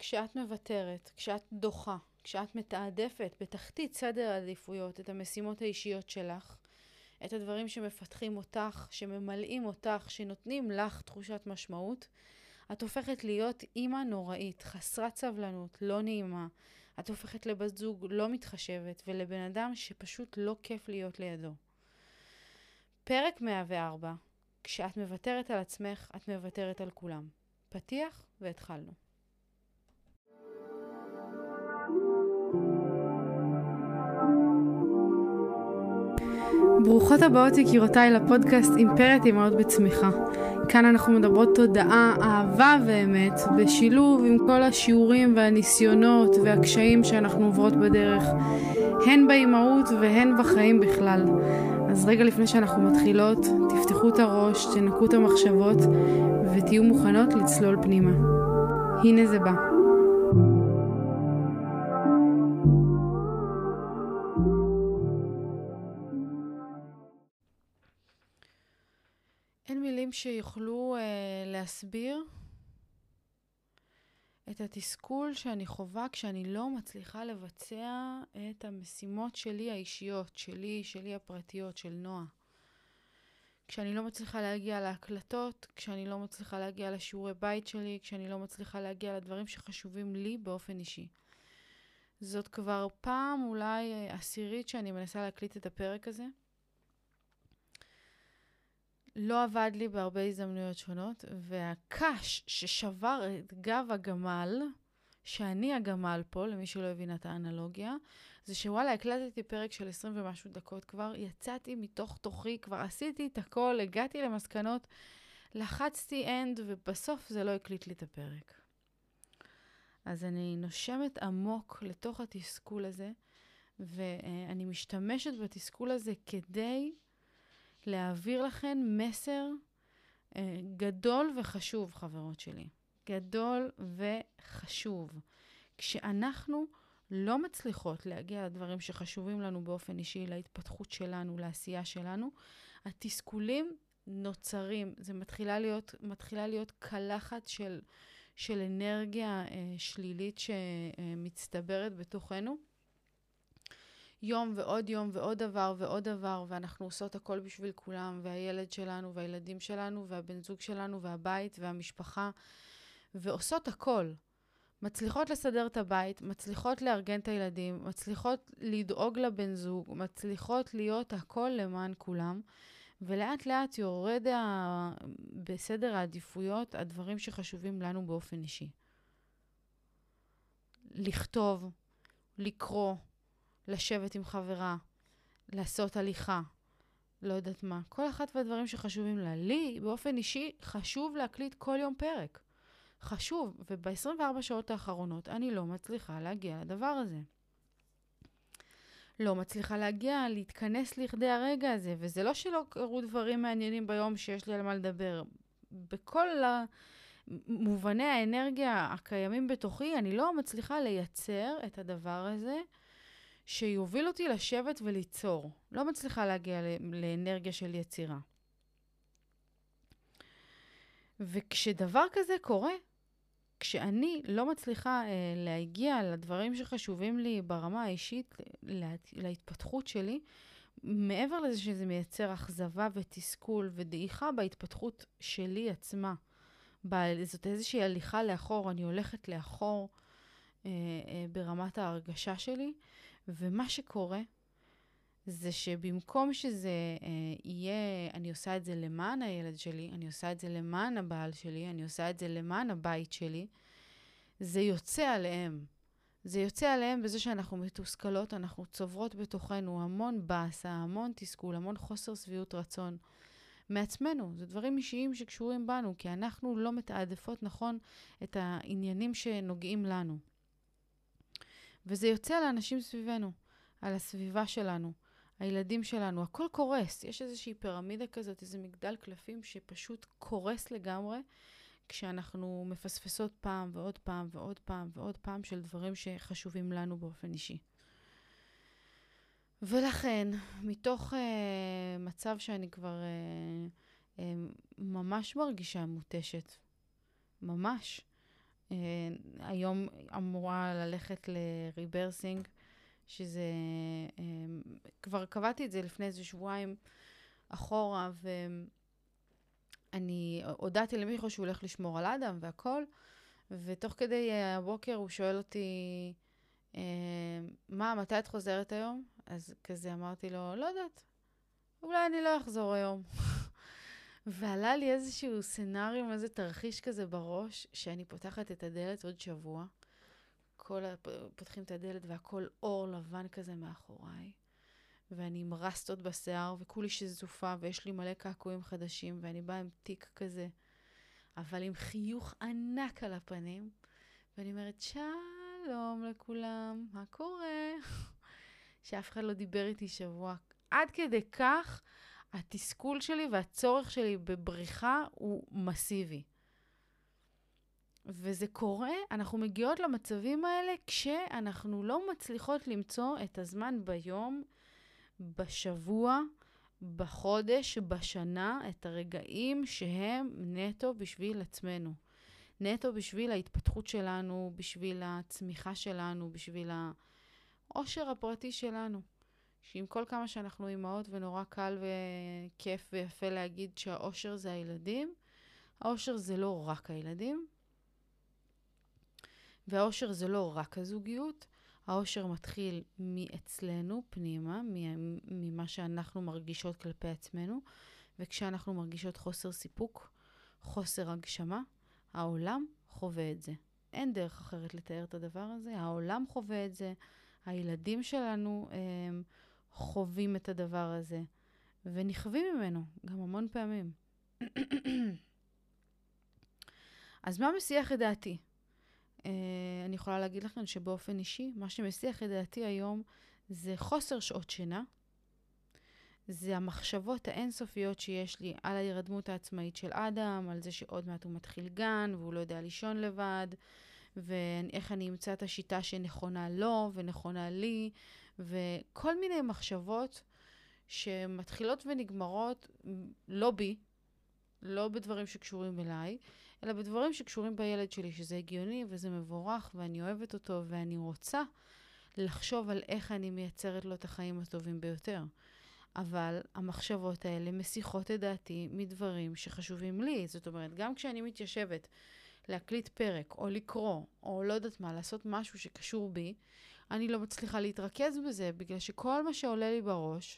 כשאת מוותרת, כשאת דוחה, כשאת מתעדפת בתחתית סדר העדיפויות את המשימות האישיות שלך, את הדברים שמפתחים אותך, שממלאים אותך, שנותנים לך תחושת משמעות, את הופכת להיות אימא נוראית, חסרת סבלנות, לא נעימה. את הופכת לבת זוג לא מתחשבת ולבן אדם שפשוט לא כיף להיות לידו. פרק 104. כשאת מוותרת על עצמך, את מוותרת על כולם. פתיח והתחלנו. ברוכות הבאות יקירותיי לפודקאסט אימפרית אימהות בצמיחה. כאן אנחנו מדברות תודעה, אהבה ואמת, בשילוב עם כל השיעורים והניסיונות והקשיים שאנחנו עוברות בדרך, הן באימהות והן בחיים בכלל. אז רגע לפני שאנחנו מתחילות, תפתחו את הראש, תנקו את המחשבות ותהיו מוכנות לצלול פנימה. הנה זה בא. אין מילים שיוכלו להסביר את התסכול שאני חווה כשאני לא מצליחה לבצע את המשימות שלי האישיות, שלי הפרטיות, של נועה. כשאני לא מצליחה להגיע להקלטות, כשאני לא מצליחה להגיע לשיעורי בית שלי, כשאני לא מצליחה להגיע לדברים שחשובים לי באופן אישי. זאת כבר פעם אולי עשירית שאני מנסה להקליט את הפרק הזה. לא עבד לי בהרבה הזדמנויות שונות, והקש ששבר את גב הגמל, שאני הגמל פה, למי שלא הבינה את האנלוגיה, זה שוואלה, הקלטתי פרק של 20 ומשהו דקות כבר, יצאתי מתוך תוכי, כבר עשיתי את הכל, הגעתי למסקנות, לחצתי end, ובסוף זה לא הקליט לי את הפרק. אז אני נושמת עמוק לתוך התסכול הזה, ואני משתמשת בתסכול הזה כדי להעביר לכן מסר גדול וחשוב, חברות שלי. גדול וחשוב. כשאנחנו לא מצליחות להגיע לדברים שחשובים לנו באופן אישי, להתפתחות שלנו, לעשייה שלנו, התסכולים נוצרים. זה מתחילה להיות קלחת של אנרגיה שלילית שמצטברת בתוכנו. יום ועוד יום ועוד דבר ועוד דבר, ואנחנו עושות הכל בשביל כולם, והילד שלנו והילדים שלנו והבן זוג שלנו והבית והמשפחה, ועושות הכל. מצליחות לסדר את הבית, מצליחות לארגן את הילדים, מצליחות לדאוג לבן זוג, מצליחות להיות הכל למען כולם, ולאט לאט יורד בסדר העדיפויות הדברים שחשובים לנו באופן אישי. לכתוב, לקרוא, לשבת עם חברה, לעשות הליכה, לא יודעת מה. כל אחת והדברים שחשובים לה. לי, באופן אישי, חשוב להקליט כל יום פרק. חשוב, וב-24 שעות האחרונות אני לא מצליחה להגיע לדבר הזה. לא מצליחה להתכנס לכדי הרגע הזה, וזה לא שלא קרו דברים מעניינים ביום שיש לי על מה לדבר. בכל מובני האנרגיה הקיימים בתוכי, אני לא מצליחה לייצר את הדבר הזה, שיוביל אותי לשבת וליצור. לא מצליחה להגיע לאנרגיה של יצירה. וכשדבר כזה קורה, כשאני לא מצליחה להגיע לדברים שחשובים לי ברמה האישית, להתפתחות שלי, מעבר לזה שזה מייצר אכזבה ותסכול ודעיכה בהתפתחות שלי עצמה. זאת איזושהי הליכה לאחור, אני הולכת לאחור ברמת ההרגשה שלי, ומה שקורה זה שבמקום שזה יהיה, אני עושה את זה למען הילד שלי, אני עושה את זה למען הבעל שלי, אני עושה את זה למען הבית שלי, זה יוצא עליהם. זה יוצא עליהם בזה שאנחנו מתוסכלות, אנחנו צוברות בתוכנו המון באסה, המון תסכול, המון חוסר שביעות רצון מעצמנו. זה דברים אישיים שקשורים בנו, כי אנחנו לא מתעדפות נכון את העניינים שנוגעים לנו. וזה יוצא על האנשים סביבנו, על הסביבה שלנו, הילדים שלנו, הכל קורס. יש איזושהי פירמידה כזאת, איזה מגדל קלפים שפשוט קורס לגמרי, כשאנחנו מפספסות פעם ועוד פעם ועוד פעם ועוד פעם של דברים שחשובים לנו באופן אישי. ולכן, מתוך מצב שאני כבר ממש מרגישה מותשת, ממש, היום אמורה ללכת לריברסינג, שזה, כבר קבעתי את זה לפני איזה שבועיים אחורה, ואני הודעתי למיכו שהוא הולך לשמור על אדם והכל, ותוך כדי הבוקר הוא שואל אותי, מתי את חוזרת היום? אז כזה אמרתי לו, לא יודעת, אולי אני לא אחזור היום. ועלה לי איזשהו סנריום, איזה תרחיש כזה בראש, שאני פותחת את הדלת עוד שבוע, פותחים את הדלת והכל אור לבן כזה מאחוריי, ואני עם רסטות בשיער, וכולי שזופה, ויש לי מלא קעקועים חדשים, ואני באה עם תיק כזה, אבל עם חיוך ענק על הפנים, ואני אומרת, שלום לכולם, מה קורה? שאף אחד לא דיבר איתי שבוע. עד כדי כך, התסכול שלי והצורך שלי בבריחה הוא מסיבי. וזה קורה, אנחנו מגיעות למצבים האלה כשאנחנו לא מצליחות למצוא את הזמן ביום, בשבוע, בחודש, בשנה, את הרגעים שהם נטו בשביל עצמנו. נטו בשביל ההתפתחות שלנו, בשביל הצמיחה שלנו, בשביל העושר הפרטי שלנו. שעם כל כמה שאנחנו אימהות ונורא קל וכיף ויפה להגיד שהעושר זה הילדים, העושר זה לא רק הילדים, והעושר זה לא רק הזוגיות, העושר מתחיל מאצלנו פנימה, ממה שאנחנו מרגישות כלפי עצמנו, וכשאנחנו מרגישות חוסר סיפוק, חוסר הגשמה, העולם חווה את זה. אין דרך אחרת לתאר את הדבר הזה, העולם חווה את זה, הילדים שלנו חווים את הדבר הזה, ונכווים ממנו גם המון פעמים. אז מה מסיח את דעתי? אני יכולה להגיד לכם שבאופן אישי, מה שמסיח את דעתי היום זה חוסר שעות שינה, זה המחשבות האינסופיות שיש לי על ההירדמות העצמאית של אדם, על זה שעוד מעט הוא מתחיל גן והוא לא יודע לישון לבד, ואיך אני אמצא את השיטה שנכונה לו ונכונה לי, וכל מיני מחשבות שמתחילות ונגמרות לא בי, לא בדברים שקשורים אליי, אלא בדברים שקשורים בילד שלי, שזה הגיוני וזה מבורך ואני אוהבת אותו ואני רוצה לחשוב על איך אני מייצרת לו את החיים הטובים ביותר. אבל המחשבות האלה מסיחות את דעתי מדברים שחשובים לי. זאת אומרת, גם כשאני מתיישבת להקליט פרק או לקרוא או לא יודעת מה, לעשות משהו שקשור בי, אני לא מצליחה להתרכז בזה, בגלל שכל מה שעולה לי בראש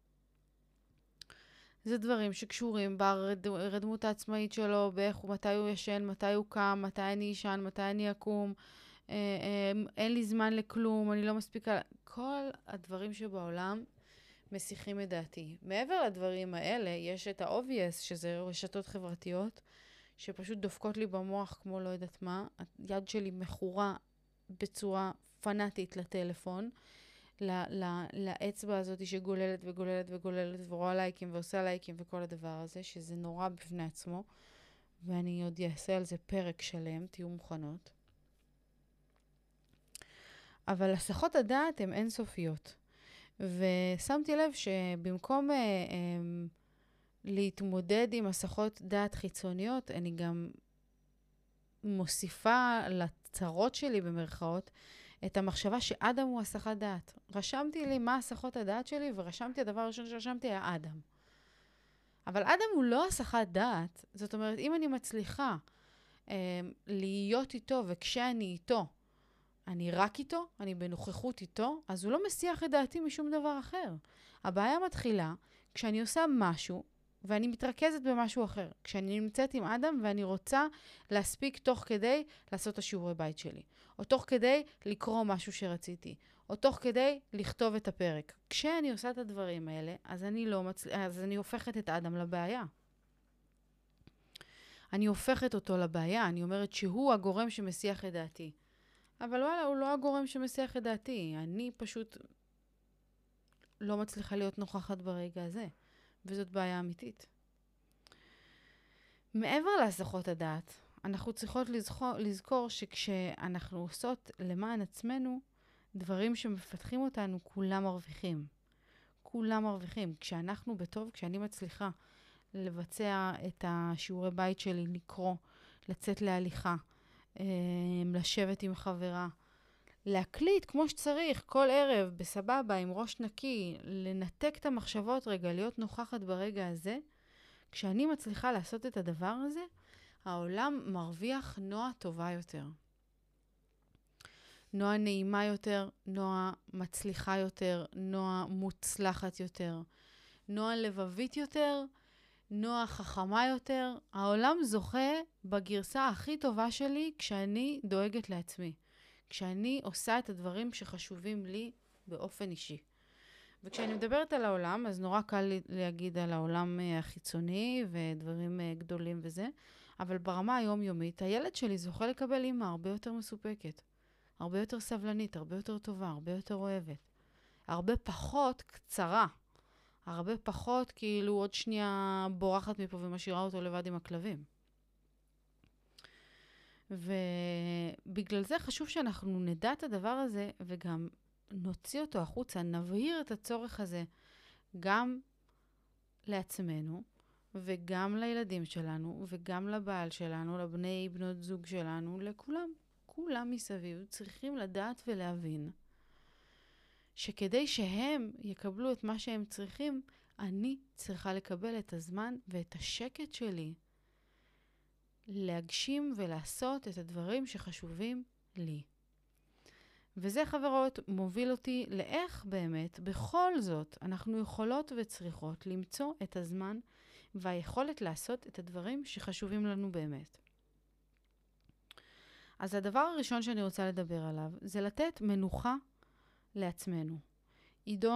זה דברים שקשורים ברדמות העצמאית שלו, באיך הוא, מתי הוא ישן, מתי הוא קם, מתי אני ישן, מתי אני אקום, אין לי זמן לכלום, אני לא מספיקה. כל הדברים שבעולם מסיחים את דעתי. מעבר לדברים האלה, יש את ה-obvious, שזה רשתות חברתיות, שפשוט דופקות לי במוח כמו לא יודעת מה. היד שלי מכורה בצורה פנאטית לטלפון, לאצבע הזאת שגוללת וגוללת וגוללת ורואה לייקים ועושה לייקים וכל הדבר הזה, שזה נורא בפני עצמו, ואני עוד אעשה על זה פרק שלם, תהיו מוכנות. אבל הסחות הדעת הן אינסופיות. ושמתי לב שבמקום להתמודד עם הסחות דעת חיצוניות, אני גם מוסיפה לצרות שלי במרכאות, את המחשבה שאדם הוא הסחת דעת. רשמתי לי מה הסחות הדעת שלי, ורשמתי הדבר הראשון שרשמתי היה אדם. אבל אדם הוא לא הסחת דעת. זאת אומרת, אם אני מצליחה להיות איתו, וכשאני איתו, אני רק איתו, אני בנוכחות איתו, אז הוא לא מסיח את דעתי משום דבר אחר. הבעיה מתחילה כשאני עושה משהו, ואני מתרכזת במשהו אחר. כשאני נמצאת עם אדם ואני רוצה להספיק תוך כדי לעשות את השיעורי בית שלי. או תוך כדי לקרוא משהו שרציתי. או תוך כדי לכתוב את הפרק. כשאני עושה את הדברים האלה, אז אני הופכת את אדם לבעיה. אני הופכת אותו לבעיה. אני אומרת שהוא הגורם שמסיח את דעתי. אבל וואלה, הוא לא הגורם שמסיח את דעתי. אני פשוט לא מצליחה להיות נוכחת ברגע הזה. וזאת בעיה אמיתית. מעבר להסחות הדעת, אנחנו צריכות לזכור שכשאנחנו עושות למען עצמנו, דברים שמפתחים אותנו, כולם מרוויחים. כולם מרוויחים. כשאנחנו בטוב, כשאני מצליחה לבצע את השיעורי בית שלי, לקרוא, לצאת להליכה, לשבת עם חברה, להקליט כמו שצריך, כל ערב, בסבבה, עם ראש נקי, לנתק את המחשבות רגע, להיות נוכחת ברגע הזה. כשאני מצליחה לעשות את הדבר הזה, העולם מרוויח נועה טובה יותר. נועה נעימה יותר, נועה מצליחה יותר, נועה מוצלחת יותר, נועה לבבית יותר, נועה חכמה יותר. העולם זוכה בגרסה הכי טובה שלי כשאני דואגת לעצמי. כשאני עושה את הדברים שחשובים לי באופן אישי. וכשאני מדברת על העולם, אז נורא קל להגיד על העולם החיצוני ודברים גדולים וזה, אבל ברמה היומיומית, הילד שלי זוכה לקבל אימא הרבה יותר מסופקת, הרבה יותר סבלנית, הרבה יותר טובה, הרבה יותר אוהבת. הרבה פחות קצרה. הרבה פחות כאילו עוד שנייה בורחת מפה ומשאירה אותו לבד עם הכלבים. ובגלל זה חשוב שאנחנו נדע את הדבר הזה וגם נוציא אותו החוצה, נבהיר את הצורך הזה גם לעצמנו וגם לילדים שלנו וגם לבעל שלנו, לבני בנות זוג שלנו, לכולם. כולם מסביב צריכים לדעת ולהבין שכדי שהם יקבלו את מה שהם צריכים, אני צריכה לקבל את הזמן ואת השקט שלי להגשים ולעשות את הדברים שחשובים לי. וזה, חברות, מוביל אותי לאיך באמת, בכל זאת, אנחנו יכולות וצריכות למצוא את הזמן והיכולת לעשות את הדברים שחשובים לנו באמת. אז הדבר הראשון שאני רוצה לדבר עליו, זה לתת מנוחה לעצמנו. עידו,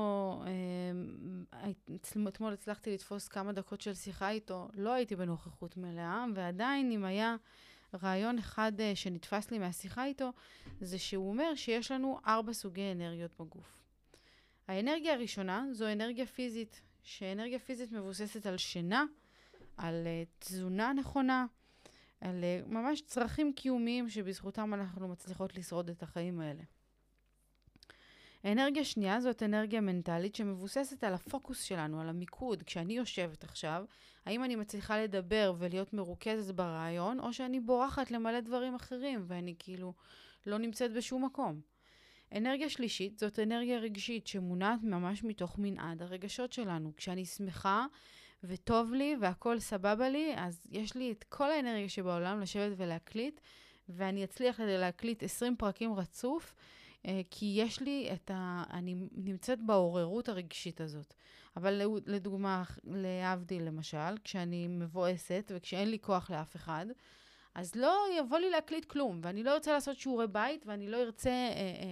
אתמול הצלחתי לתפוס כמה דקות של שיחה איתו, לא הייתי בנוכחות מלאה, ועדיין אם היה רעיון אחד שנתפס לי מהשיחה איתו, זה שהוא אומר שיש לנו 4 סוגי אנרגיות בגוף. האנרגיה הראשונה זו אנרגיה פיזית, שאנרגיה פיזית מבוססת על שינה, על תזונה נכונה, על ממש צרכים קיומיים שבזכותם אנחנו מצליחות לשרוד את החיים האלה. האנרגיה שנייה זאת אנרגיה מנטלית שמבוססת על הפוקוס שלנו, על המיקוד. כשאני יושבת עכשיו, האם אני מצליחה לדבר ולהיות מרוכזת ברעיון, או שאני בורחת למלא דברים אחרים ואני כאילו לא נמצאת בשום מקום. אנרגיה שלישית זאת אנרגיה רגשית שמונעת ממש מתוך מנעד הרגשות שלנו. כשאני שמחה וטוב לי והכל סבבה לי, אז יש לי את כל האנרגיה שבעולם לשבת ולהקליט, ואני אצליח להקליט 20 פרקים רצוף, כי יש לי אני נמצאת בעוררות הרגשית הזאת. אבל לדוגמה, להבדיל למשל, כשאני מבואסת וכשאין לי כוח לאף אחד, אז לא יבוא לי להקליט כלום, ואני לא ארצה לעשות שיעורי בית, ואני לא ארצה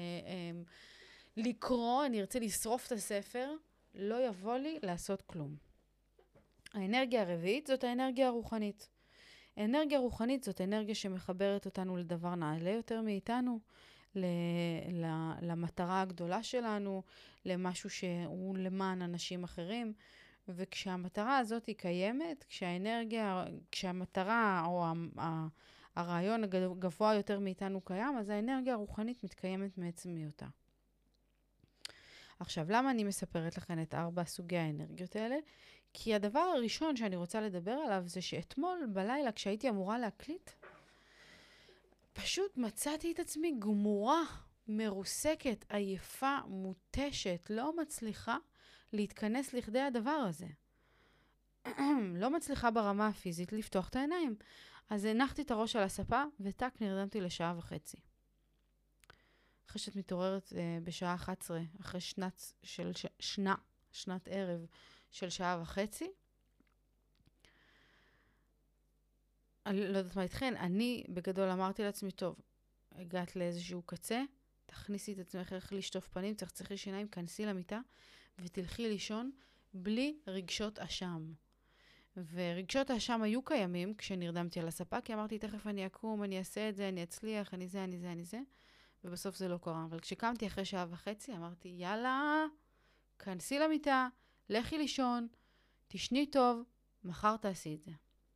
לקרוא, אני ארצה לשרוף את הספר, לא יבוא לי לעשות כלום. האנרגיה הרביעית זאת האנרגיה הרוחנית. אנרגיה רוחנית זאת אנרגיה שמחברת אותנו לדבר נעלה יותר מאיתנו, למטרה הגדולה שלנו, למשהו שהוא למען אנשים אחרים. וכשהמטרה הזאת היא קיימת, כשהמטרה או הרעיון הגבוה יותר מאיתנו קיים, אז האנרגיה הרוחנית מתקיימת מעצם היותה. עכשיו, למה אני מספרת לכם את 4 סוגי האנרגיות האלה? כי הדבר הראשון שאני רוצה לדבר עליו זה שאתמול בלילה כשהייתי אמורה להקליט, פשוט מצאתי את עצמי גמורה, מרוסקת, עייפה, מותשת, לא מצליחה להתכנס לכדי הדבר הזה. לא מצליחה ברמה הפיזית לפתוח את העיניים. אז הנחתי את הראש על הספה וטק נרדמתי לשעה וחצי. אחרי שאת מתעוררת בשעה 11, אחרי שנת ערב של שעה וחצי, אני לא יודעת מה איתכן, אני בגדול אמרתי לעצמי, טוב, הגעת לאיזשהו קצה, תכניסי את עצמך איך לשטוף פנים, תחצחי שיניים, כנסי למיטה, ותלכי לישון בלי רגשות אשם. ורגשות האשם היו קיימים כשנרדמתי על הספה, כי אמרתי, תכף אני אקום, אני אעשה את זה, אני אצליח, אני זה, ובסוף זה לא קרה. אבל כשקמתי אחרי שעה וחצי, אמרתי, יאללה, כנסי למיטה, לכי לישון, תשני טוב, מחר תעשי את זה.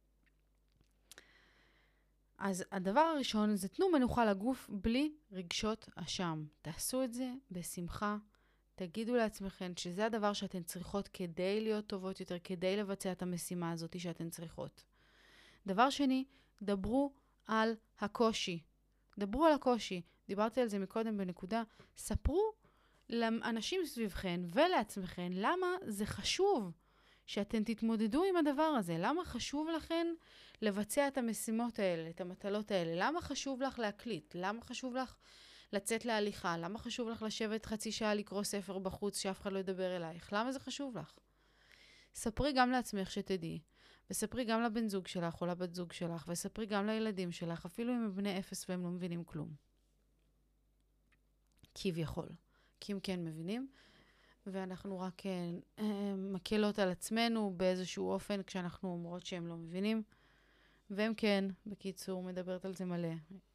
אז הדבר הראשון זה תנו מנוחה לגוף בלי רגשות אשם. תעשו את זה בשמחה. תגידו לעצמכם שזה הדבר שאתן צריכות כדי להיות טובות יותר, כדי לבצע את המשימה הזאת שאתן צריכות. דבר שני, דברו על הקושי. דברו על הקושי. דיברתי על זה מקודם בנקודה. ספרו לאנשים סביבכן ולעצמכן למה זה חשוב שאתן תתמודדו עם הדבר הזה. למה חשוב לכן לבצע את המשימות האלה, את המטלות האלה? למה חשוב לך להקליט? למה חשוב לך לצאת להליכה? למה חשוב לך לשבת חצי שעה לקרוא ספר בחוץ שאף אחד לא ידבר אלייך? למה זה חשוב לך? ספרי גם לעצמך שתדעי, וספרי גם לבן זוג שלך או לבת זוג שלך, וספרי גם לילדים שלך, אפילו אם הם בני אפס והם לא מבינים כלום. כביכול. כי הם כן מבינים, ואנחנו רק מקלות על עצמנו באיזשהו אופן כשאנחנו אומרות שהם לא מבינים. והם כן, בקיצור, מדברת על זה מלא.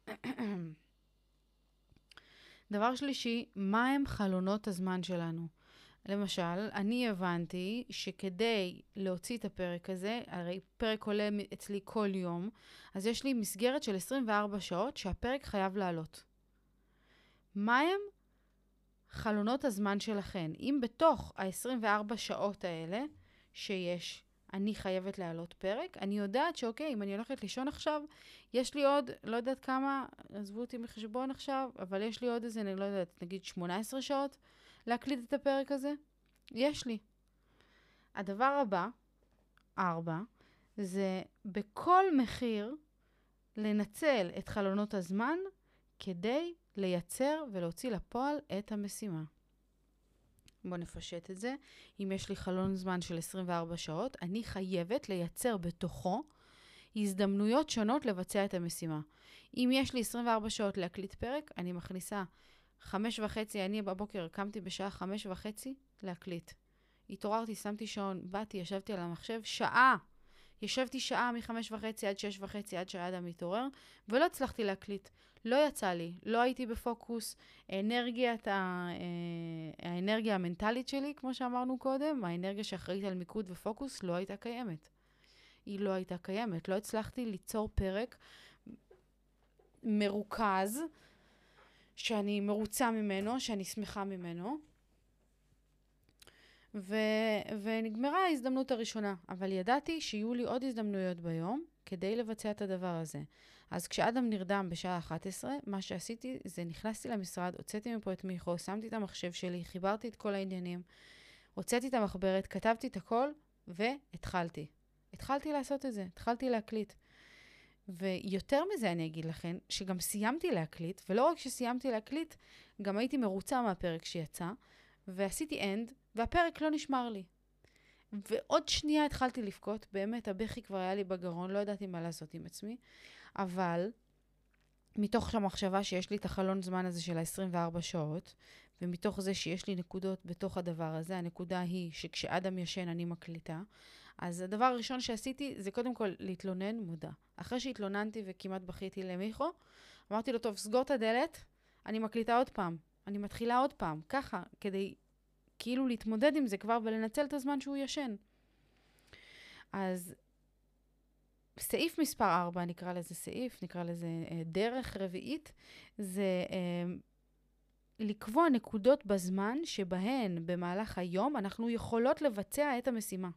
דבר שלישי, מה הם חלונות הזמן שלנו? למשל, אני הבנתי שכדי להוציא את הפרק הזה, הרי פרק עולה אצלי כל יום, אז יש לי מסגרת של 24 שעות שהפרק חייב לעלות. מה הם חלונות הזמן שלכן? אם בתוך ה-24 שעות האלה שיש, אני חייבת להעלות פרק, אני יודעת שאוקיי, אם אני הולכת לישון עכשיו, יש לי עוד, לא יודעת כמה, עזבו אותי מחשבון עכשיו, אבל יש לי עוד איזה, אני לא יודעת, נגיד 18 שעות להקליט את הפרק הזה. יש לי. הדבר הבא, 4, זה בכל מחיר לנצל את חלונות הזמן כדי לייצר ולהוציא לפועל את המשימה. בואו נפשט את זה. אם יש לי חלון זמן של 24 שעות, אני חייבת לייצר בתוכו הזדמנויות שונות לבצע את המשימה. אם יש לי 24 שעות להקליט פרק, אני מכניסה 5:30, אני בבוקר קמתי בשעה 5:30 להקליט. התעוררתי, שמתי שעון, באתי, ישבתי על המחשב, שעה. ישבתי שעה מ5:30 עד 6:30 עד שהאדם מתעורר, ולא הצלחתי להקליט. לא יצא לי, לא הייתי בפוקוס. האנרגיה המנטלית שלי, כמו שאמרנו קודם, האנרגיה שאחראית על מיקוד ופוקוס, לא הייתה קיימת. היא לא הייתה קיימת. לא הצלחתי ליצור פרק מרוכז, שאני מרוצה ממנו, שאני שמחה ממנו. ונגמרה ההזדמנות הראשונה. אבל ידעתי שיהיו לי עוד הזדמנויות ביום כדי לבצע את הדבר הזה. אז כשאדם נרדם בשעה 11, מה שעשיתי זה נכנסתי למשרד, הוצאתי מפה את מיכו, שמתי את המחשב שלי, חיברתי את כל העניינים, הוצאתי את המחברת, כתבתי את הכל והתחלתי. התחלתי לעשות את זה, התחלתי להקליט. ויותר מזה אני אגיד לכם, שגם סיימתי להקליט, ולא רק שסיימתי להקליט, גם הייתי מרוצה מהפרק שיצא, ועשיתי end, והפרק לא נשמר לי. ועוד שנייה התחלתי לבכות, באמת הבכי כבר היה לי בגרון, לא ידעתי מה לעשות עם עצמי, אבל מתוך המחשבה שיש לי את החלון זמן הזה של ה-24 שעות, ומתוך זה שיש לי נקודות בתוך הדבר הזה, הנקודה היא שכשאדם ישן אני מקליטה, אז הדבר הראשון שעשיתי זה קודם כל להתלונן, מודע. אחרי שהתלוננתי וכמעט בכיתי למיכו, אמרתי לו, טוב, סגור את הדלת, אני מקליטה עוד פעם, אני מתחילה עוד פעם, ככה, כדי כאילו להתמודד עם זה כבר ולנצל את הזמן שהוא ישן. אז סעיף מספר 4, נקרא לזה סעיף, נקרא לזה דרך רביעית, זה לקבוע נקודות בזמן שבהן במהלך היום אנחנו יכולות לבצע את המשימה.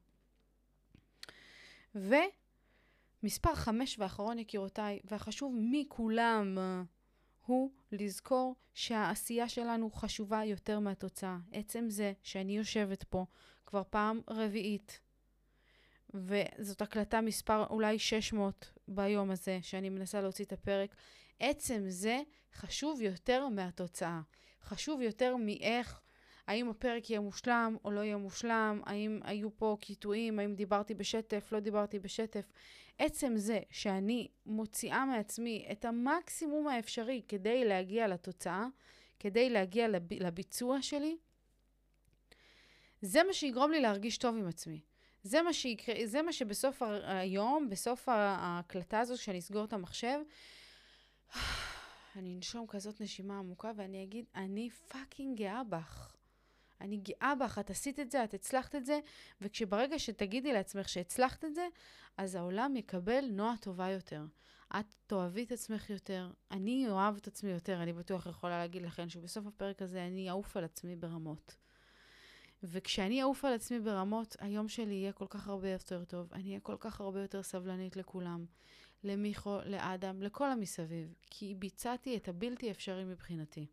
ומספר 5 ואחרון יקירותיי, והחשוב מכולם הוא לזכור שהעשייה שלנו חשובה יותר מהתוצאה. עצם זה שאני יושבת פה כבר פעם רביעית, וזאת הקלטה מספר אולי 600 ביום הזה שאני מנסה להוציא את הפרק, עצם זה חשוב יותר מהתוצאה. חשוב יותר מאיך, האם הפרק יהיה מושלם או לא יהיה מושלם, האם היו פה קיטועים, האם דיברתי בשטף, לא דיברתי בשטף. עצם זה שאני מוציאה מעצמי את המקסימום האפשרי כדי להגיע לתוצאה, כדי להגיע לביצוע שלי, זה מה שיגרום לי להרגיש טוב עם עצמי. זה מה שבסוף היום, בסוף ההקלטה הזו, כשאני אסגור את המחשב, אני אנשום כזאת נשימה עמוקה ואני אגיד, אני פאקינג גאה בך. אני גאה בך, את עשית את זה, את הצלחת את זה, וכשברגע שתגידי לעצמך שהצלחת את זה, אז העולם יקבל נועה טובה יותר. את תאהבי את עצמך יותר, אני אוהב את עצמי יותר, אני בטוח יכולה להגיד לכם שבסוף הפרק הזה אני אעוף על עצמי ברמות. וכשאני אעוף על עצמי ברמות, היום שלי יהיה כל כך הרבה יותר טוב, אני אהיה כל כך הרבה יותר סבלנית לכולם. למיכו, לאדם, לכל המסביב, כי ביצעתי את הבלתי אפשרי מבחינתי.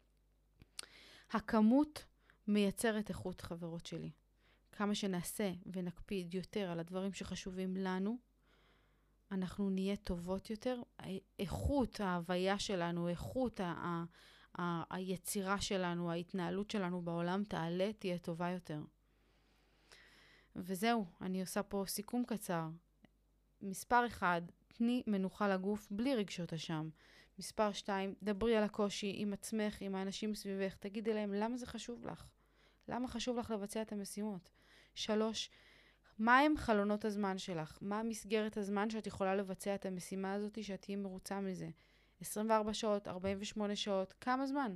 הכמות מייצרת איכות, חברות שלי. כמה שנעשה ונקפיד יותר על הדברים שחשובים לנו, אנחנו נהיה טובות יותר. איכות ההוויה שלנו, איכות היצירה שלנו, ההתנהלות שלנו בעולם תעלה, תהיה טובה יותר. וזהו, אני עושה פה סיכום קצר. מספר 1, תני מנוחה לגוף בלי רגשות אשם. מספר 2, דברי על הקושי עם עצמך, עם האנשים סביבך, תגידי להם למה זה חשוב לך. למה חשוב לך לבצע את המשימות? 3, מה הם חלונות הזמן שלך? מה מסגרת הזמן שאת יכולה לבצע את המשימה הזאת, שאת תהיי מרוצה מזה? 24 שעות, 48 שעות, כמה זמן?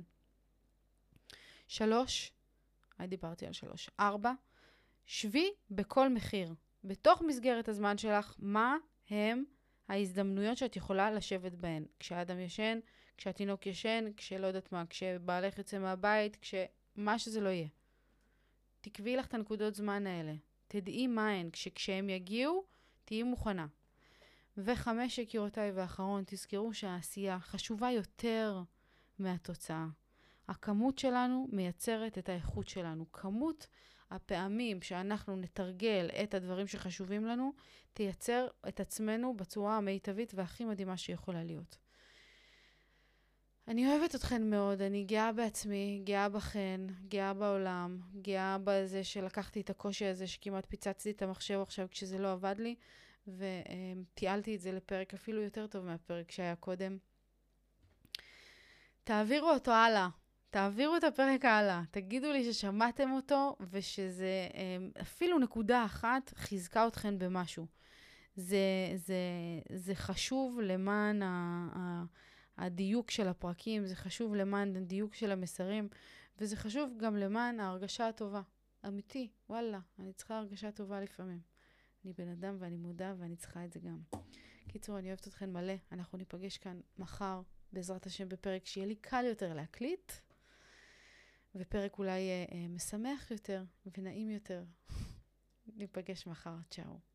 3, דיברתי על 3. 4, שבי בכל מחיר. בתוך מסגרת הזמן שלך, מה הם ההזדמנויות שאת יכולה לשבת בהן? כשאדם ישן, כשהתינוק ישן, כשלא יודעת מה, כשבעלך יוצא מהבית, כשמה שזה לא יהיה. תקביעי לך את הנקודות זמן האלה. תדעי מה הן. כשהם יגיעו, תהיי מוכנה. 5, יקירותיי, ואחרון, תזכרו שהעשייה חשובה יותר מהתוצאה. הכמות שלנו מייצרת את האיכות שלנו. כמות הפעמים שאנחנו נתרגל את הדברים שחשובים לנו, תייצר את עצמנו בצורה המיטבית והכי מדהימה שיכולה להיות. אני אוהבת אתכן מאוד, אני גאה בעצמי, גאה בכן, גאה בעולם, גאה בזה שלקחתי את הקושי הזה שכמעט פיצצתי את המחשב עכשיו כשזה לא עבד לי, וטיילתי את זה לפרק אפילו יותר טוב מהפרק שהיה קודם. תעבירו אותו הלאה. תעבירו את הפרק הלאה, תגידו לי ששמעתם אותו ושזה אפילו נקודה אחת חיזקה אתכן במשהו. זה חשוב למען הדיוק של הפרקים, זה חשוב למען הדיוק של המסרים, וזה חשוב גם למען ההרגשה הטובה. אמיתי, וואלה, אני צריכה הרגשה טובה לפעמים. אני בן אדם ואני מודה ואני צריכה את זה גם. קיצור, אני אוהבת אתכן מלא, אנחנו ניפגש כאן מחר, בעזרת השם בפרק שיהיה לי קל יותר להקליט. ופרק אולי משמח יותר ונעים יותר. ניפגש מחר, צ'או.